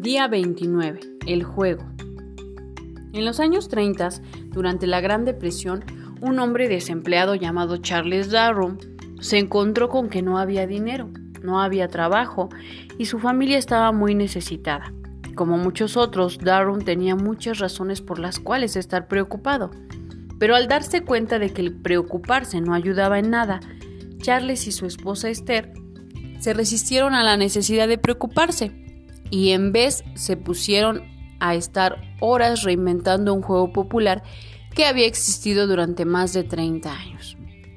Día 29. El juego. En los años 30, durante la Gran Depresión, un hombre desempleado llamado Charles Darrow se encontró con que no había dinero, no había trabajo y su familia estaba muy necesitada. Como muchos otros, Darrow tenía muchas razones por las cuales estar preocupado, pero al darse cuenta de que el preocuparse no ayudaba en nada, Charles y su esposa Esther se resistieron a la necesidad de preocuparse y en vez se pusieron a estar horas reinventando un juego popular que había existido durante más de 30 años.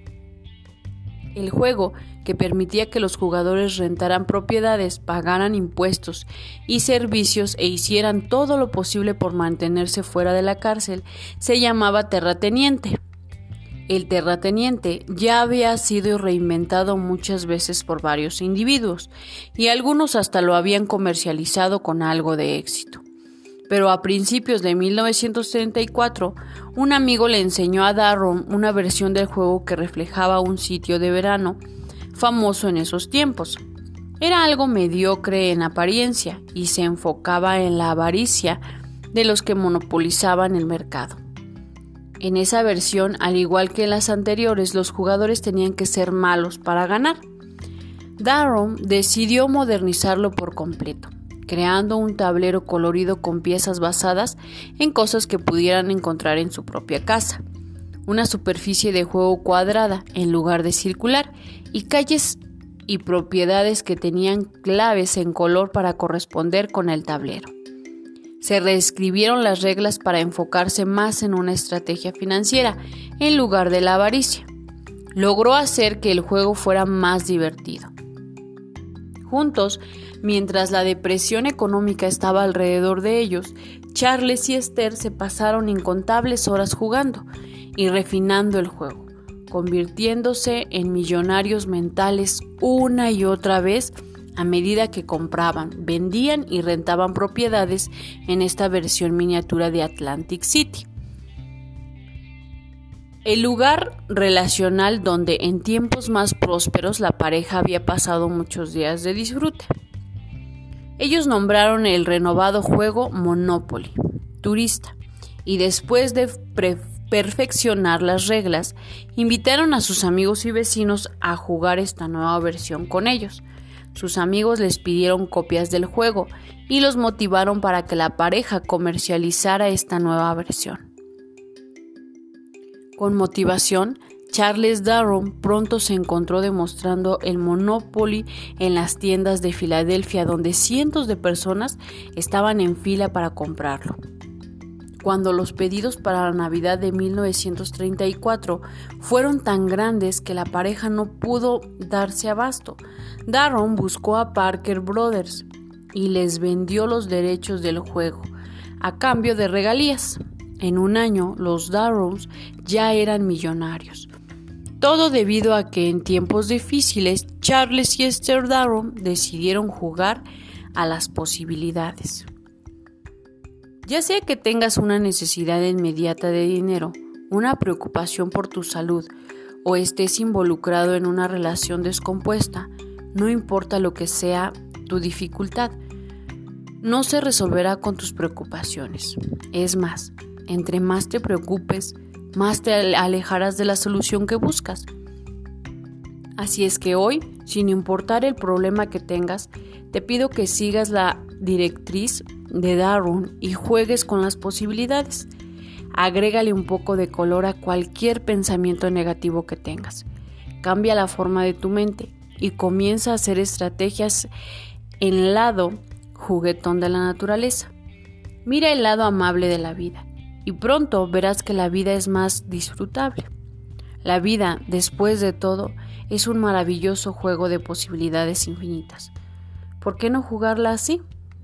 El juego que permitía que los jugadores rentaran propiedades, pagaran impuestos y servicios e hicieran todo lo posible por mantenerse fuera de la cárcel se llamaba terrateniente. El terrateniente ya había sido reinventado muchas veces por varios individuos y algunos hasta lo habían comercializado con algo de éxito. Pero a principios de 1934, un amigo le enseñó a Darrow una versión del juego que reflejaba un sitio de verano famoso en esos tiempos. Era algo mediocre en apariencia y se enfocaba en la avaricia de los que monopolizaban el mercado. En esa versión, al igual que en las anteriores, los jugadores tenían que ser malos para ganar. Darrow decidió modernizarlo por completo, creando un tablero colorido con piezas basadas en cosas que pudieran encontrar en su propia casa, una superficie de juego cuadrada en lugar de circular y calles y propiedades que tenían claves en color para corresponder con el tablero. Se reescribieron las reglas para enfocarse más en una estrategia financiera en lugar de la avaricia. Logró hacer que el juego fuera más divertido. Juntos, mientras la depresión económica estaba alrededor de ellos, Charles y Esther se pasaron incontables horas jugando y refinando el juego, convirtiéndose en millonarios mentales una y otra vez a medida que compraban, vendían y rentaban propiedades en esta versión miniatura de Atlantic City. El lugar relacional donde en tiempos más prósperos la pareja había pasado muchos días de disfrute. Ellos nombraron el renovado juego Monopoly Turista y después de perfeccionar las reglas, invitaron a sus amigos y vecinos a jugar esta nueva versión con ellos. Sus amigos les pidieron copias del juego y los motivaron para que la pareja comercializara esta nueva versión. Con motivación, Charles Darrow pronto se encontró demostrando el Monopoly en las tiendas de Filadelfia, donde cientos de personas estaban en fila para comprarlo. Cuando los pedidos para la Navidad de 1934 fueron tan grandes que la pareja no pudo darse abasto, Darrow buscó a Parker Brothers y les vendió los derechos del juego a cambio de regalías. En un año, los Darrows ya eran millonarios. Todo debido a que en tiempos difíciles, Charles y Esther Darrow decidieron jugar a las posibilidades. Ya sea que tengas una necesidad inmediata de dinero, una preocupación por tu salud o estés involucrado en una relación descompuesta, no importa lo que sea tu dificultad, no se resolverá con tus preocupaciones. Es más, entre más te preocupes, más te alejarás de la solución que buscas. Así es que hoy, sin importar el problema que tengas, te pido que sigas la directriz de Darrow y juegues con las posibilidades. Agrégale un poco de color a cualquier pensamiento negativo que tengas. Cambia la forma de tu mente y comienza a hacer estrategias en el lado juguetón de la naturaleza. Mira el lado amable de la vida y pronto verás que la vida es más disfrutable. La vida, después de todo, es un maravilloso juego de posibilidades infinitas. ¿Por qué no jugarla así?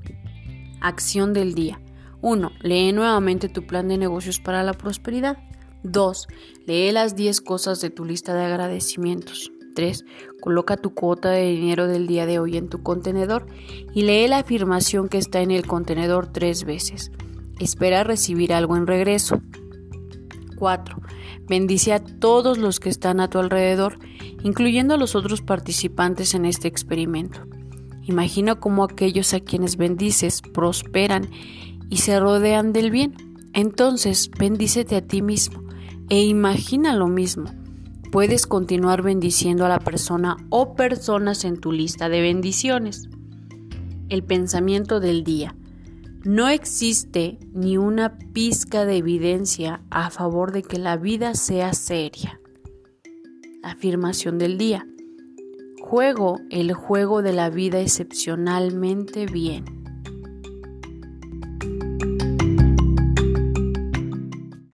Acción del día. 1. Lee nuevamente tu plan de negocios para la prosperidad. 2. Lee las 10 cosas de tu lista de agradecimientos. 3. Coloca tu cuota de dinero del día de hoy en tu contenedor y lee la afirmación que está en el contenedor 3 veces. Espera recibir algo en regreso. 4. Bendice a todos los que están a tu alrededor, incluyendo a los otros participantes en este experimento. Imagina cómo aquellos a quienes bendices prosperan y se rodean del bien. Entonces, bendícete a ti mismo e imagina lo mismo. Puedes continuar bendiciendo a la persona o personas en tu lista de bendiciones. El pensamiento del día. No existe ni una pizca de evidencia a favor de que la vida sea seria. La afirmación del día. Juego el juego de la vida excepcionalmente bien.